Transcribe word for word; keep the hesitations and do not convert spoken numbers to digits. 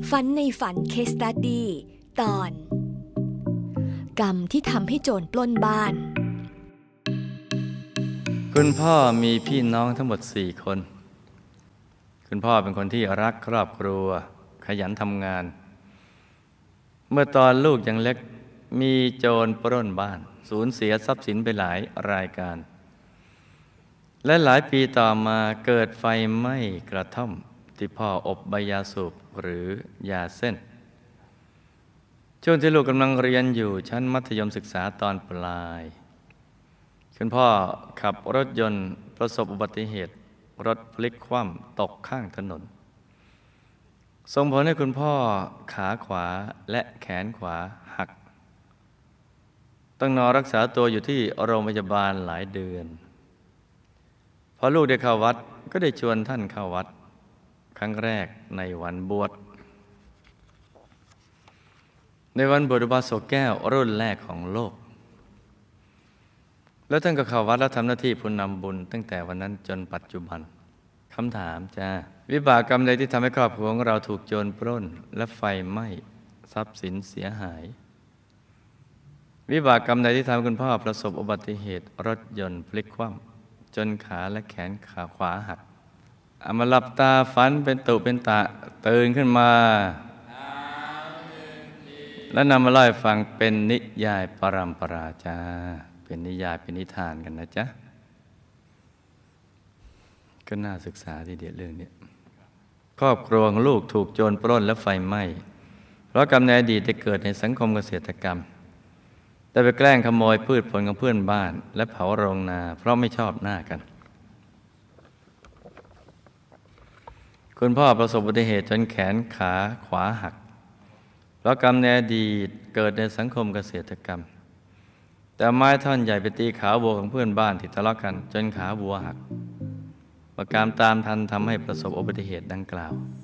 ฝันในฝันเคสตัดดี้ตอนกรรมที่ทำให้โจรปล้นบ้านคุณพ่อมีพี่น้องทั้งหมดสี่คนคุณพ่อเป็นคนที่รักครอบครัวขยันทำงานเมื่อตอนลูกยังเล็กมีโจรปล้นบ้านสูญเสียทรัพย์สินไปหลายรายการและหลายปีต่อมาเกิดไฟไหม้กระท่อมที่พ่ออบใบยาสูบหรือยาเส้นช่วงที่ลูกกำลังเรียนอยู่ชั้นมัธยมศึกษาตอนปลายคุณพ่อขับรถยนต์ประสบอุบัติเหตุรถพลิกคว่ำตกข้างถนนส่งผลให้คุณพ่อขาขวาและแขนขวาหักต้องนอนรักษาตัวอยู่ที่โรงพยาบาลหลายเดือนพอลูกได้เข้าวัดก็ได้ชวนท่านเข้าวัดครั้งแรกในวันบวชในวันบวชอุบาสกแก้วรุ่นแรกของโลกแล้วท่านก็เข้าวัดและทำหน้าที่ผู้นำบุญตั้งแต่วันนั้นจนปัจจุบันคำถามจ้าวิบากกรรมใดที่ทำให้ครอบครัวของเราถูกโจรปล้นและไฟไหม้ทรัพย์สินเสียหายวิบากกรรมใดที่ทำให้คุณพ่อประสบอุบัติเหตุรถยนต์พลิกคว่ำจนขาและแขนขาขวาหักเอามาหลับตาฝันเป็นตุเป็นตะตื่นขึ้นมาแล้วนำมาเล่าให้ฟังเป็นนิยายปรัมปราจ้าเป็นนิยายเป็นนิทานกันนะจ๊ะก็น่าศึกษาทีเดียวเรื่องนี้ครอบครัวของลูกถูกโจรปล้นและไฟไหม้เพราะกรรมในอดีตได้เกิดในสังคมเกษตรกรรมแต่ไปแกล้งขโมยพืชผลของเพื่อนบ้านและเผาโรงนาเพราะไม่ชอบหน้ากันคุณพ่อประสบอุบัติเหตุจนแขนขาขวาหักเพราะกรรมในอดีตเกิดในสังคมเกษตรกรรมแต่ไม้ท่อนใหญ่ไปตีขาวัวของเพื่อนบ้านที่ทะเลาะกันจนขาวัวหักประการตามทันทำให้ประสบอุบัติเหตุดังกล่าว